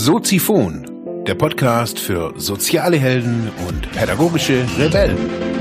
Soziphon, der Podcast für soziale Helden und pädagogische Rebellen.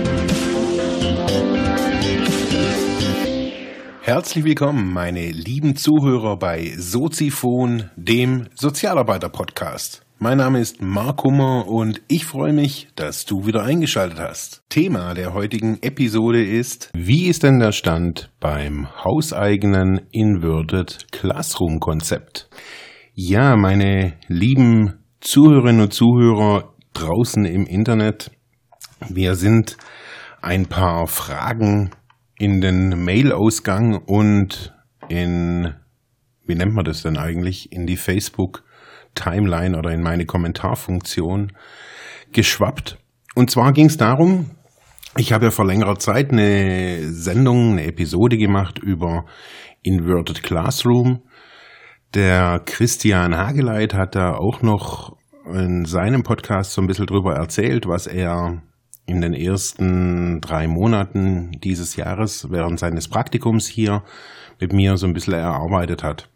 Herzlich willkommen, meine lieben Zuhörer bei Soziphon, dem Sozialarbeiter-Podcast. Mein Name ist Mark Hummer und ich freue mich, dass du wieder eingeschaltet hast. Thema der heutigen Episode ist: Wie ist denn der Stand beim hauseigenen Inverted Classroom Konzept? Ja, meine lieben Zuhörerinnen und Zuhörer draußen im Internet, wir sind ein paar Fragen in den Mailausgang und in, wie nennt man das denn eigentlich, in die Facebook-Timeline oder in meine Kommentarfunktion geschwappt. Und zwar ging es darum, ich habe ja vor längerer Zeit eine Episode gemacht über Inverted Classroom. Der Christian Hageleit hat da auch noch in seinem Podcast so ein bisschen drüber erzählt, was er in den ersten 3 Monaten dieses Jahres während seines Praktikums hier mit mir so ein bisschen erarbeitet hat.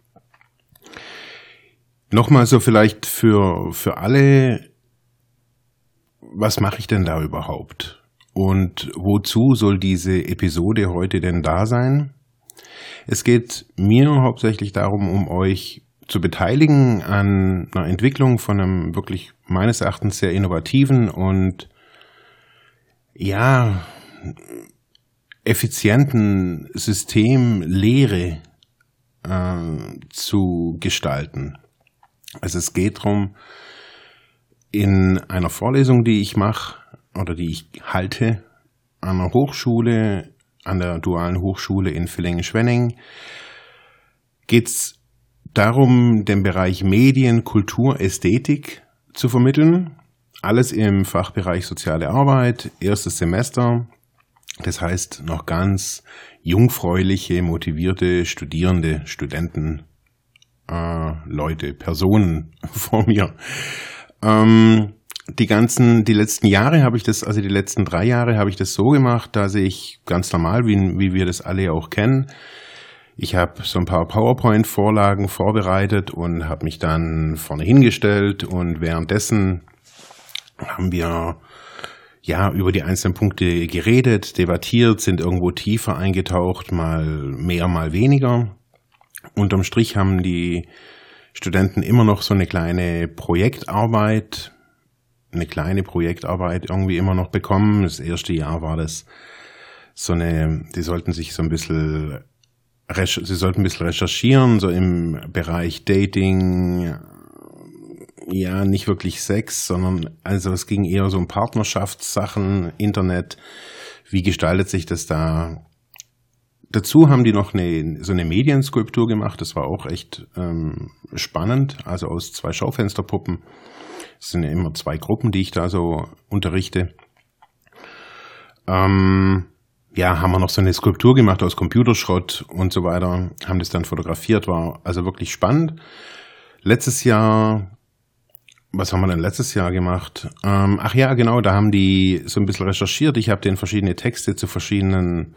Nochmal so vielleicht für alle, was mache ich denn da überhaupt? Und wozu soll diese Episode heute denn da sein? Es geht mir hauptsächlich darum, um euch zu beteiligen an einer Entwicklung von einem wirklich meines Erachtens sehr innovativen und effizienten System Lehre zu gestalten. Also es geht darum, in einer Vorlesung, die ich mache oder die ich halte an einer Hochschule, an der Dualen Hochschule in Villingen-Schwenning, geht es darum, den Bereich Medien, Kultur, Ästhetik zu vermitteln. Alles im Fachbereich Soziale Arbeit, erstes Semester. Das heißt, noch ganz jungfräuliche, motivierte Studierende, Studenten, Personen vor mir. Die letzten Jahre habe ich das, also die letzten 3 Jahre habe ich das so gemacht, dass ich ganz normal, wie wir das alle auch kennen, ich habe so ein paar PowerPoint-Vorlagen vorbereitet und habe mich dann vorne hingestellt und währenddessen haben wir über die einzelnen Punkte geredet, debattiert, sind irgendwo tiefer eingetaucht, mal mehr, mal weniger. Unterm Strich haben die Studenten immer noch so eine kleine Projektarbeit irgendwie immer noch bekommen. Das erste Jahr war das die sollten ein bisschen recherchieren, so im Bereich Dating, nicht wirklich Sex, sondern also es ging eher so um Partnerschaftssachen, Internet, wie gestaltet sich das da? Dazu haben die noch so eine Medienskulptur gemacht, das war auch echt spannend, also aus 2 Schaufensterpuppen. Es sind ja immer 2 Gruppen, die ich da so unterrichte. Haben wir noch so eine Skulptur gemacht aus Computerschrott und so weiter, haben das dann fotografiert, war also wirklich spannend. Letztes Jahr, was haben wir denn letztes Jahr gemacht? Da haben die so ein bisschen recherchiert. Ich habe denen verschiedene Texte zu verschiedenen,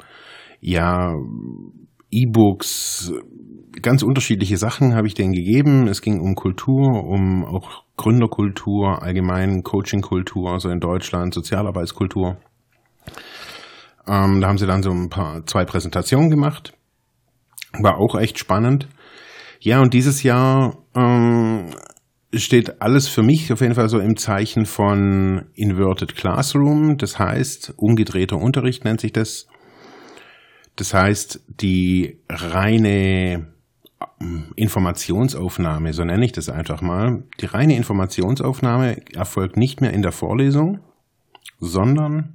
E-Books, ganz unterschiedliche Sachen habe ich denen gegeben. Es ging um Kultur, um auch Gründerkultur, allgemein Coachingkultur, also in Deutschland, Sozialarbeitskultur. Da haben sie dann so 2 Präsentationen gemacht. War auch echt spannend. Ja, und dieses Jahr steht alles für mich auf jeden Fall so im Zeichen von Inverted Classroom. Das heißt, umgedrehter Unterricht nennt sich das. Das heißt, die reine Informationsaufnahme, so nenne ich das einfach mal, die reine Informationsaufnahme erfolgt nicht mehr in der Vorlesung, sondern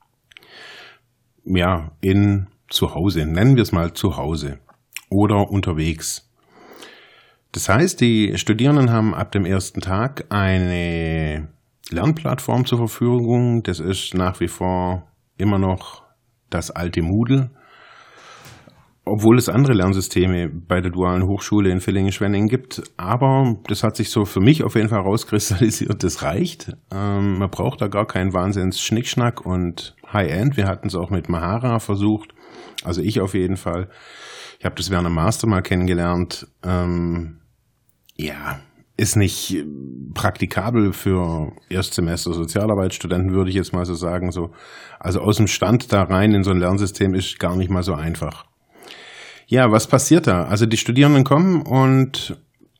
zu Hause, nennen wir es mal zu Hause oder unterwegs. Das heißt, die Studierenden haben ab dem ersten Tag eine Lernplattform zur Verfügung. Das ist nach wie vor immer noch das alte Moodle, obwohl es andere Lernsysteme bei der Dualen Hochschule in Villingen-Schwenningen gibt. Aber das hat sich so für mich auf jeden Fall rauskristallisiert, das reicht. Man braucht da gar keinen Wahnsinns-Schnickschnack und High-End. Wir hatten es auch mit Mahara versucht, also ich auf jeden Fall. Ich habe das während einem Master mal kennengelernt. ist nicht praktikabel für Erstsemester Sozialarbeitsstudenten, würde ich jetzt mal so sagen. Also aus dem Stand da rein in so ein Lernsystem ist gar nicht mal so einfach. Ja, was passiert da? Also die Studierenden kommen und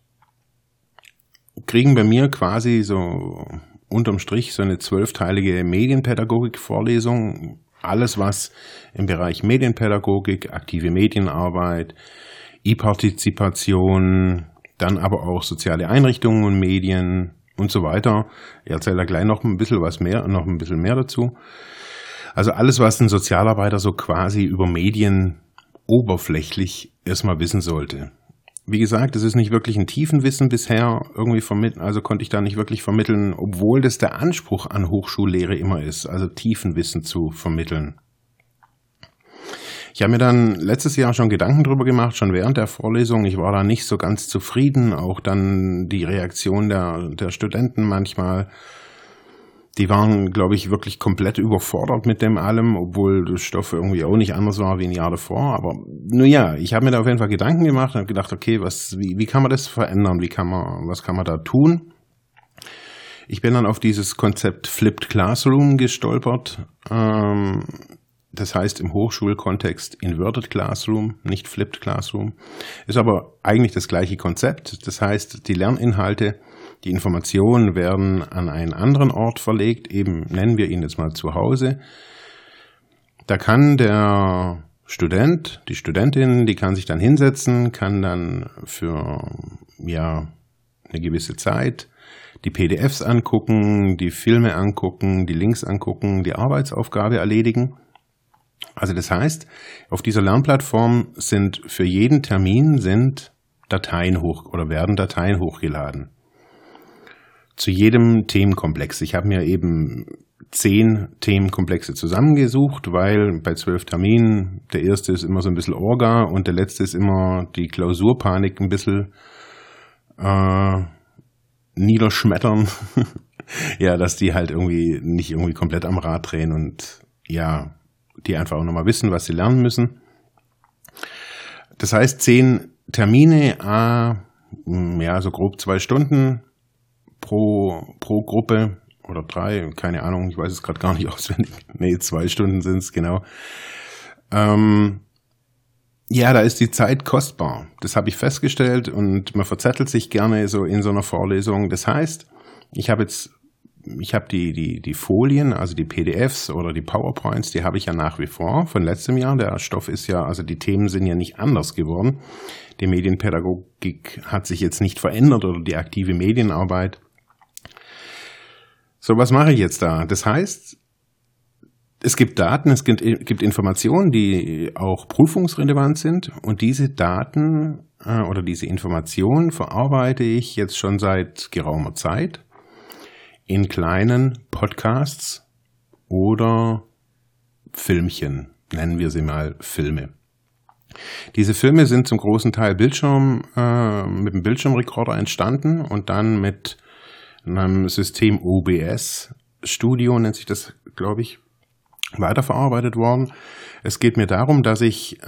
kriegen bei mir quasi so unterm Strich so eine 12-teilige Medienpädagogik-Vorlesung. Alles, was im Bereich Medienpädagogik, aktive Medienarbeit, E-Partizipation, dann aber auch soziale Einrichtungen und Medien und so weiter. Ich erzähle da gleich noch ein bisschen mehr dazu. Also alles, was ein Sozialarbeiter so quasi über Medien oberflächlich erstmal wissen sollte. Wie gesagt, es ist nicht wirklich ein Tiefenwissen bisher irgendwie vermitteln, also konnte ich da nicht wirklich vermitteln, obwohl das der Anspruch an Hochschullehre immer ist, also Tiefenwissen zu vermitteln. Ich habe mir dann letztes Jahr schon Gedanken drüber gemacht, schon während der Vorlesung. Ich war da nicht so ganz zufrieden. Auch dann die Reaktion der Studenten manchmal. Die waren, glaube ich, wirklich komplett überfordert mit dem allem, obwohl der Stoff irgendwie auch nicht anders war wie ein Jahr davor. Aber nun ja, ich habe mir da auf jeden Fall Gedanken gemacht und habe gedacht, okay, wie kann man das verändern? Was kann man da tun? Ich bin dann auf dieses Konzept Flipped Classroom gestolpert. Das heißt im Hochschulkontext Inverted Classroom, nicht Flipped Classroom. Ist aber eigentlich das gleiche Konzept. Das heißt, die Lerninhalte, die Informationen werden an einen anderen Ort verlegt, eben nennen wir ihn jetzt mal zu Hause. Da kann der Student, die Studentin, die kann sich dann hinsetzen, kann dann für eine gewisse Zeit die PDFs angucken, die Filme angucken, die Links angucken, die Arbeitsaufgabe erledigen. Also das heißt, auf dieser Lernplattform sind für jeden Termin werden Dateien hochgeladen. Zu jedem Themenkomplex. Ich habe mir eben 10 Themenkomplexe zusammengesucht, weil bei 12 Terminen, der erste ist immer so ein bisschen Orga und der letzte ist immer die Klausurpanik ein bisschen niederschmettern. Ja, dass die halt nicht komplett am Rad drehen und ja, die einfach auch nochmal wissen, was sie lernen müssen. Das heißt, 10 Termine, so grob 2 Stunden pro Gruppe oder 3, keine Ahnung, ich weiß es gerade gar nicht auswendig. 2 Stunden sind es, genau. Da ist die Zeit kostbar. Das habe ich festgestellt und man verzettelt sich gerne so in so einer Vorlesung. Das heißt, ich habe die Folien, also die PDFs oder die PowerPoints, die habe ich ja nach wie vor von letztem Jahr. Der Stoff ist ja, also die Themen sind ja nicht anders geworden. Die Medienpädagogik hat sich jetzt nicht verändert oder die aktive Medienarbeit. So, was mache ich jetzt da? Das heißt, es gibt Daten, es gibt Informationen, die auch prüfungsrelevant sind und diese Daten oder diese Informationen verarbeite ich jetzt schon seit geraumer Zeit in kleinen Podcasts oder Filmchen, nennen wir sie mal Filme. Diese Filme sind zum großen Teil mit einem Bildschirmrekorder entstanden und dann mit einem System OBS Studio, nennt sich das, glaube ich, weiterverarbeitet worden. Es geht mir darum, dass die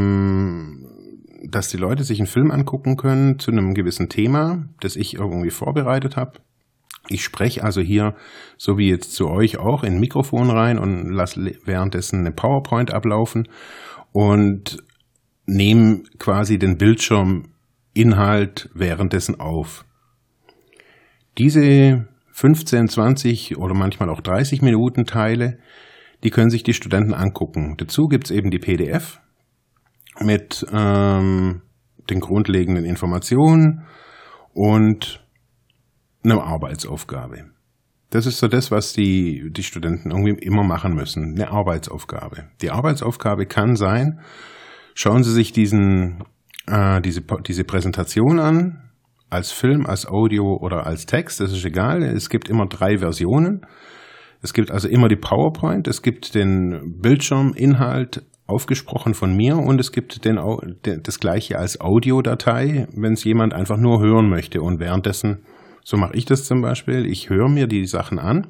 Leute sich einen Film angucken können zu einem gewissen Thema, das ich irgendwie vorbereitet habe. Ich spreche also hier, so wie jetzt zu euch auch, in ein Mikrofon rein und lasse währenddessen eine PowerPoint ablaufen und nehme quasi den Bildschirminhalt währenddessen auf. Diese 15, 20 oder manchmal auch 30 Minuten Teile, die können sich die Studenten angucken. Dazu gibt's eben die PDF mit den grundlegenden Informationen und eine Arbeitsaufgabe. Das ist so das, was die Studenten irgendwie immer machen müssen, eine Arbeitsaufgabe. Die Arbeitsaufgabe kann sein, schauen Sie sich diese Präsentation an, als Film, als Audio oder als Text, das ist egal. Es gibt immer 3 Versionen. Es gibt also immer die PowerPoint, es gibt den Bildschirminhalt aufgesprochen von mir und es gibt das gleiche als Audiodatei, wenn es jemand einfach nur hören möchte. Und währenddessen, so mache ich das zum Beispiel, ich höre mir die Sachen an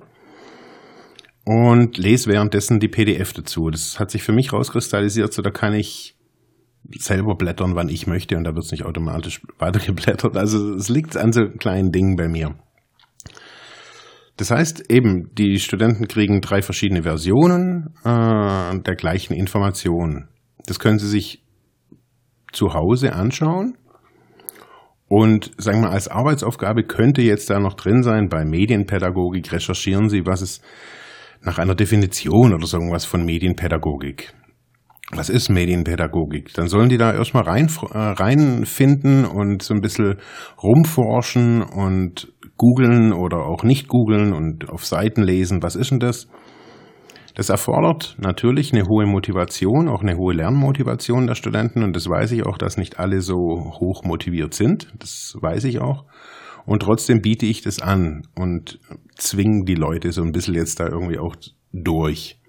und lese währenddessen die PDF dazu. Das hat sich für mich rauskristallisiert, so da kann ich selber blättern, wann ich möchte, und da wird es nicht automatisch weitergeblättert. Also es liegt an so kleinen Dingen bei mir. Das heißt eben, die Studenten kriegen 3 verschiedene Versionen der gleichen Informationen. Das können sie sich zu Hause anschauen. Und sagen wir mal, als Arbeitsaufgabe könnte jetzt da noch drin sein, bei Medienpädagogik recherchieren Sie, was es nach einer Definition oder so irgendwas von Medienpädagogik. Was ist Medienpädagogik? Dann sollen die da erstmal reinfinden und so ein bisschen rumforschen und googeln oder auch nicht googeln und auf Seiten lesen. Was ist denn das? Das erfordert natürlich eine hohe Motivation, auch eine hohe Lernmotivation der Studenten. Und das weiß ich auch, dass nicht alle so hoch motiviert sind. Das weiß ich auch. Und trotzdem biete ich das an und zwinge die Leute so ein bisschen jetzt da irgendwie auch durch.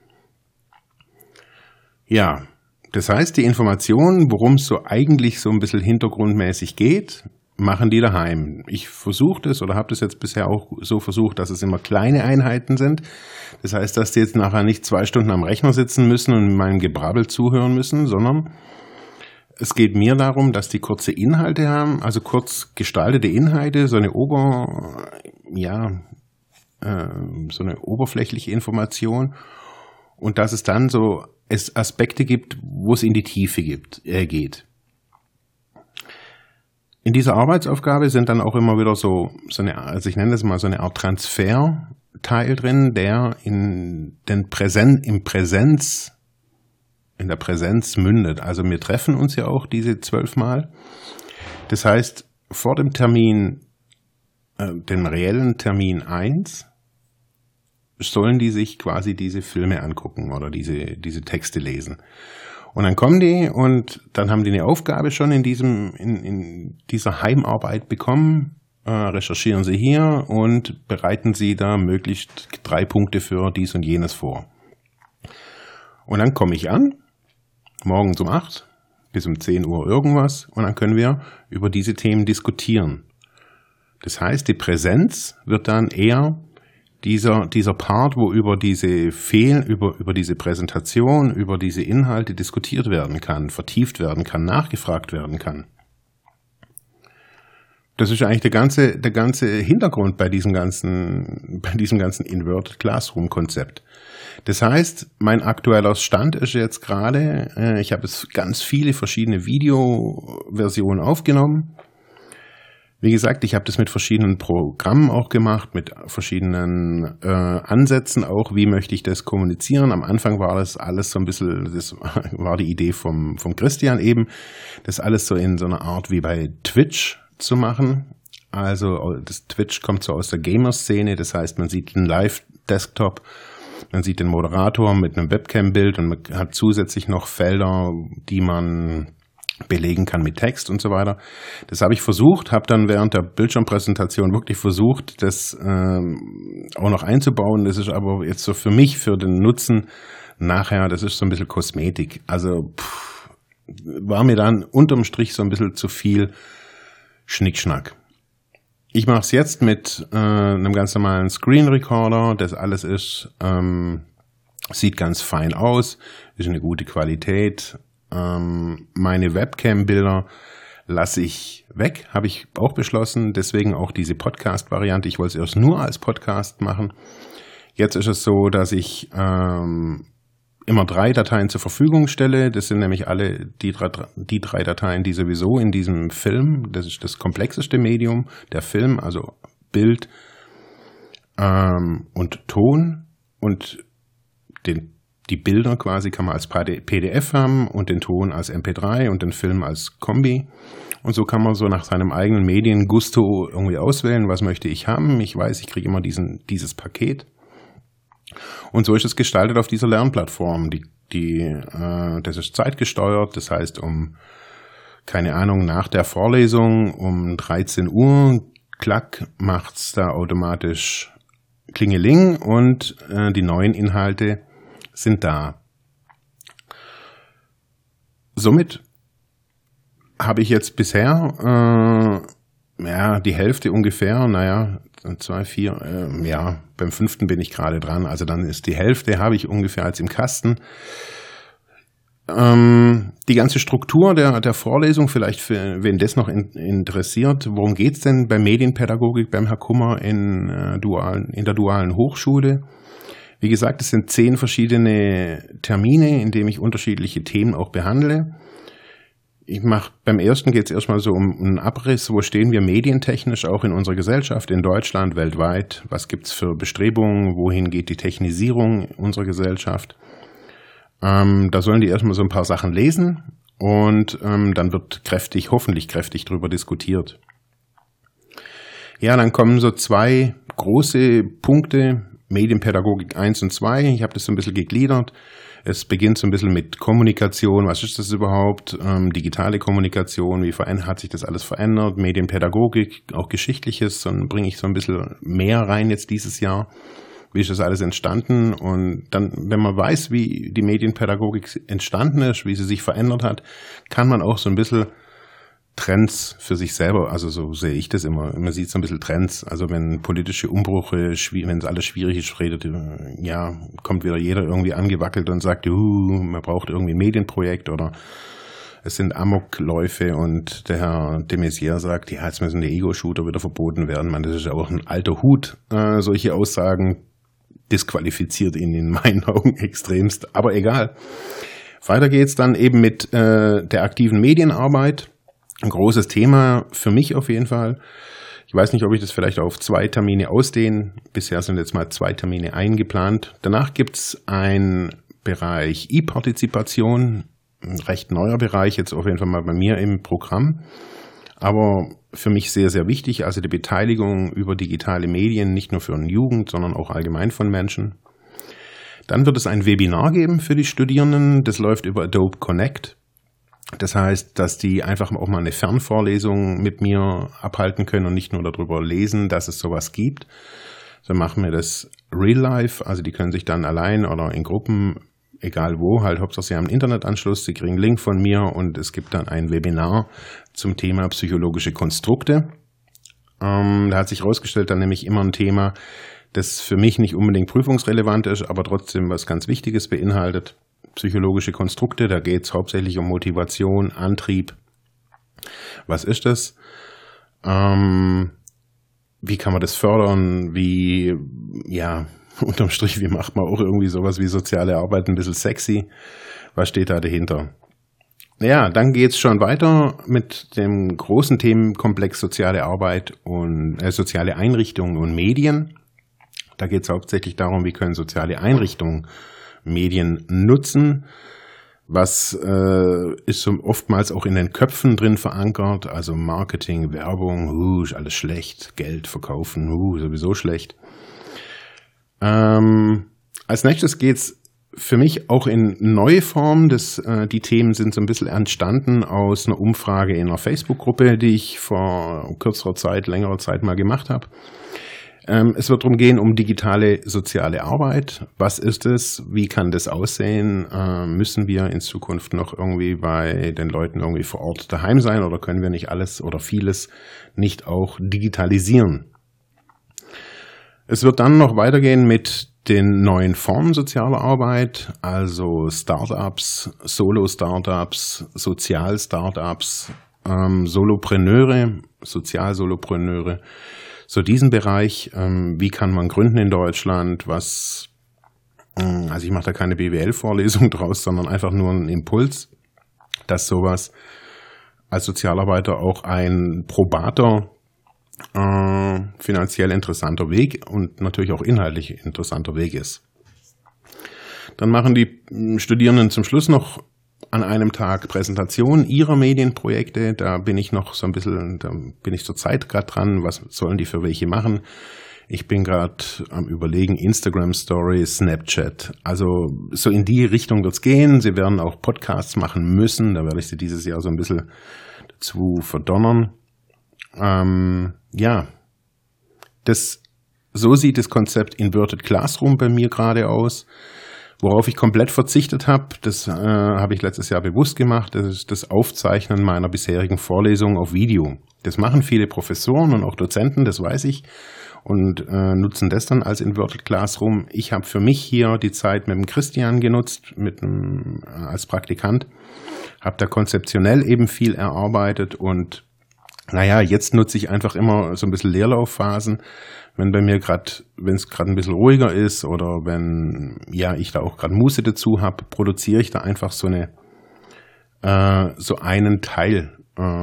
Ja, das heißt, die Informationen, worum es so eigentlich so ein bisschen hintergrundmäßig geht, machen die daheim. Ich versuche das oder habe das jetzt bisher auch so versucht, dass es immer kleine Einheiten sind. Das heißt, dass die jetzt nachher nicht 2 Stunden am Rechner sitzen müssen und meinem Gebrabbel zuhören müssen, sondern es geht mir darum, dass die kurze Inhalte haben, also kurz gestaltete Inhalte, so eine oberflächliche Information, und dass es dann so Aspekte gibt, wo es in die Tiefe geht. In dieser Arbeitsaufgabe sind dann auch immer wieder so eine, also ich nenne das mal so eine Art Transferteil drin, der in der Präsenz mündet. Also wir treffen uns ja auch diese 12 Mal. Das heißt, vor dem Termin, dem reellen Termin 1, sollen die sich quasi diese Filme angucken oder diese Texte lesen. Und dann kommen die und dann haben die eine Aufgabe schon in dieser Heimarbeit bekommen, recherchieren sie hier und bereiten sie da möglichst 3 Punkte für dies und jenes vor. Und dann komme ich an, morgens um 8 bis um 10 Uhr irgendwas, und dann können wir über diese Themen diskutieren. Das heißt, die Präsenz wird dann eher dieser Part, wo über diese Präsentation, über diese Inhalte diskutiert werden kann, vertieft werden kann, nachgefragt werden kann. Das ist eigentlich der ganze Hintergrund bei diesem ganzen Inverted Classroom Konzept. Das heißt, mein aktueller Stand ist jetzt gerade, ich habe jetzt ganz viele verschiedene Videoversionen aufgenommen. Wie gesagt, ich habe das mit verschiedenen Programmen auch gemacht, mit verschiedenen Ansätzen auch, wie möchte ich das kommunizieren. Am Anfang war das alles so ein bisschen, das war die Idee vom Christian eben, das alles so in so einer Art wie bei Twitch zu machen. Also das Twitch kommt so aus der Gamer-Szene, das heißt, man sieht einen Live-Desktop, man sieht den Moderator mit einem Webcam-Bild und man hat zusätzlich noch Felder, die man belegen kann mit Text und so weiter. Das habe ich versucht, habe dann während der Bildschirmpräsentation wirklich versucht, das auch noch einzubauen. Das ist aber jetzt so für mich, für den Nutzen nachher, das ist so ein bisschen Kosmetik. Also war mir dann unterm Strich so ein bisschen zu viel Schnickschnack. Ich mache es jetzt mit einem ganz normalen Screen Recorder. Das alles sieht ganz fein aus, ist eine gute Qualität. Meine Webcam-Bilder lasse ich weg, habe ich auch beschlossen, deswegen auch diese Podcast-Variante. Ich wollte es erst nur als Podcast machen. Jetzt ist es so, dass ich immer 3 Dateien zur Verfügung stelle. Das sind nämlich alle die 3 Dateien, die sowieso in diesem Film, das ist das komplexeste Medium, der Film, also Bild und Ton, und die Bilder quasi kann man als PDF haben und den Ton als MP3 und den Film als Kombi. Und so kann man so nach seinem eigenen Mediengusto irgendwie auswählen, was möchte ich haben. Ich weiß, ich kriege immer dieses Paket. Und so ist es gestaltet auf dieser Lernplattform. Das ist zeitgesteuert, das heißt keine Ahnung, nach der Vorlesung um 13 Uhr, klack, macht's da automatisch Klingeling und die neuen Inhalte sind da. Somit habe ich jetzt bisher die Hälfte ungefähr, 2, 4, beim 5. bin ich gerade dran, also dann ist die Hälfte habe ich ungefähr als im Kasten. Die Die ganze Struktur der Vorlesung, vielleicht für wen das noch interessiert, worum geht's denn bei Medienpädagogik beim Herr Kummer in der dualen Hochschule? Wie gesagt, es sind 10 verschiedene Termine, in denen ich unterschiedliche Themen auch behandle. Beim ersten geht es erstmal so um einen Abriss, wo stehen wir medientechnisch auch in unserer Gesellschaft, in Deutschland, weltweit, was gibt's für Bestrebungen, wohin geht die Technisierung unserer Gesellschaft. Da sollen die erstmal so ein paar Sachen lesen und dann wird hoffentlich kräftig drüber diskutiert. Ja, dann kommen so 2 große Punkte, Medienpädagogik 1 und 2. Ich habe das so ein bisschen gegliedert. Es beginnt so ein bisschen mit Kommunikation. Was ist das überhaupt? Digitale Kommunikation. Wie hat sich das alles verändert? Medienpädagogik, auch Geschichtliches. Dann bringe ich so ein bisschen mehr rein jetzt dieses Jahr. Wie ist das alles entstanden? Und dann, wenn man weiß, wie die Medienpädagogik entstanden ist, wie sie sich verändert hat, kann man auch so ein bisschen Trends für sich selber, also so sehe ich das immer. Man sieht so ein bisschen Trends. Also wenn politische Umbrüche, wenn es alles schwierig ist, kommt wieder jeder irgendwie angewackelt und sagt, man braucht irgendwie ein Medienprojekt oder es sind Amokläufe und der Herr de Maizière sagt, ja, jetzt müssen die Ego-Shooter wieder verboten werden. Das ist ja auch ein alter Hut, solche Aussagen disqualifiziert ihn in meinen Augen extremst, aber egal. Weiter geht's dann eben mit der aktiven Medienarbeit. Ein großes Thema für mich auf jeden Fall. Ich weiß nicht, ob ich das vielleicht auf 2 Termine ausdehne. Bisher sind jetzt mal 2 Termine eingeplant. Danach gibt's einen Bereich E-Partizipation, ein recht neuer Bereich, jetzt auf jeden Fall mal bei mir im Programm. Aber für mich sehr, sehr wichtig, also die Beteiligung über digitale Medien, nicht nur für eine Jugend, sondern auch allgemein von Menschen. Dann wird es ein Webinar geben für die Studierenden. Das läuft über Adobe Connect. Das heißt, dass die einfach auch mal eine Fernvorlesung mit mir abhalten können und nicht nur darüber lesen, dass es sowas gibt. So machen wir das real life, also die können sich dann allein oder in Gruppen, egal wo, halt Hauptsache sie haben einen Internetanschluss, sie kriegen einen Link von mir und es gibt dann ein Webinar zum Thema psychologische Konstrukte. Da hat sich herausgestellt, dann nämlich immer ein Thema, das für mich nicht unbedingt prüfungsrelevant ist, aber trotzdem was ganz Wichtiges beinhaltet. Psychologische Konstrukte, da geht es hauptsächlich um Motivation, Antrieb. Was ist das? Wie kann man das fördern? Unterm Strich, wie macht man auch irgendwie sowas wie soziale Arbeit ein bisschen sexy? Was steht da dahinter? Ja, dann geht's schon weiter mit dem großen Themenkomplex soziale Arbeit und soziale Einrichtungen und Medien. Da geht's hauptsächlich darum, wie können soziale Einrichtungen Medien nutzen. Was ist so oftmals auch in den Köpfen drin verankert, also Marketing, Werbung, ist alles schlecht, Geld verkaufen, sowieso schlecht. Als nächstes geht's für mich auch in neue Formen. Die Themen sind so ein bisschen entstanden aus einer Umfrage in einer Facebook-Gruppe, die ich vor längerer Zeit mal gemacht habe. Es wird darum gehen, um digitale soziale Arbeit. Was ist es? Wie kann das aussehen? Müssen wir in Zukunft noch irgendwie bei den Leuten irgendwie vor Ort daheim sein oder können wir nicht alles oder vieles nicht auch digitalisieren? Es wird dann noch weitergehen mit den neuen Formen sozialer Arbeit, also Startups, Solo-Startups, Sozial-Startups, Solopreneure, Sozial-Solopreneure. So diesen Bereich, wie kann man gründen in Deutschland, also ich mache da keine BWL-Vorlesung draus, sondern einfach nur einen Impuls, dass sowas als Sozialarbeiter auch ein probater, finanziell interessanter Weg und natürlich auch inhaltlich interessanter Weg ist. Dann machen die Studierenden zum Schluss noch an einem Tag Präsentation ihrer Medienprojekte. Da bin ich zurzeit gerade dran, was sollen die für welche machen. Ich bin gerade am Überlegen, Instagram Stories, Snapchat. Also so in die Richtung wird's gehen. Sie werden auch Podcasts machen müssen. Da werde ich sie dieses Jahr so ein bisschen dazu verdonnern. So sieht das Konzept Inverted Classroom bei mir gerade aus. Worauf ich komplett verzichtet habe, das habe ich letztes Jahr bewusst gemacht, das ist das Aufzeichnen meiner bisherigen Vorlesungen auf Video. Das machen viele Professoren und auch Dozenten, das weiß ich, und nutzen das dann als Inverted Classroom. Ich habe für mich hier die Zeit mit dem Christian genutzt, als Praktikant, habe da konzeptionell eben viel erarbeitet und naja, jetzt nutze ich einfach immer so ein bisschen Leerlaufphasen, wenn es gerade ein bisschen ruhiger ist oder wenn ja ich da auch gerade Muße dazu habe, produziere ich da einfach so einen Teil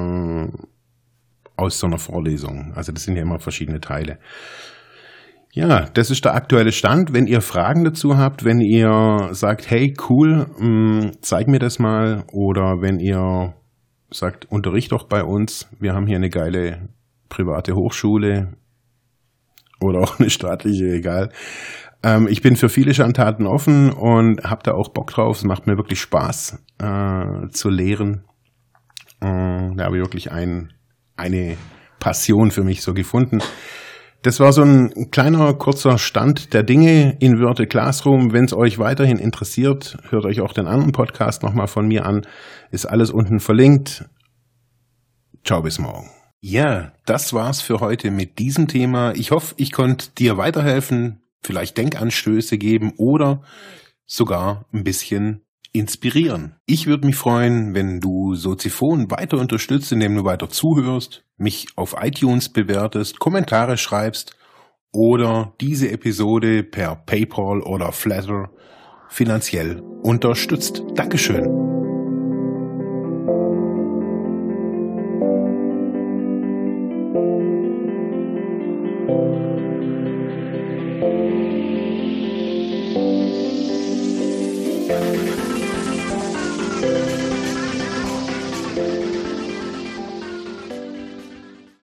aus so einer Vorlesung. Also das sind ja immer verschiedene Teile. Ja, das ist der aktuelle Stand. Wenn ihr Fragen dazu habt, wenn ihr sagt, hey, cool, zeig mir das mal, oder wenn ihr sagt, unterricht doch bei uns, wir haben hier eine geile private Hochschule oder auch eine staatliche, egal. Ich bin für viele Schandtaten offen und habe da auch Bock drauf. Es macht mir wirklich Spaß zu lehren. Da habe ich wirklich eine Passion für mich so gefunden. Das war so ein kleiner, kurzer Stand der Dinge in Inverted Classroom. Wenn es euch weiterhin interessiert, hört euch auch den anderen Podcast nochmal von mir an. Ist alles unten verlinkt. Ciao, bis morgen. Ja, das war's für heute mit diesem Thema. Ich hoffe, ich konnte dir weiterhelfen, vielleicht Denkanstöße geben oder sogar ein bisschen inspirieren. Ich würde mich freuen, wenn du Soziphon weiter unterstützt, indem du weiter zuhörst, mich auf iTunes bewertest, Kommentare schreibst oder diese Episode per PayPal oder Flattr finanziell unterstützt. Dankeschön.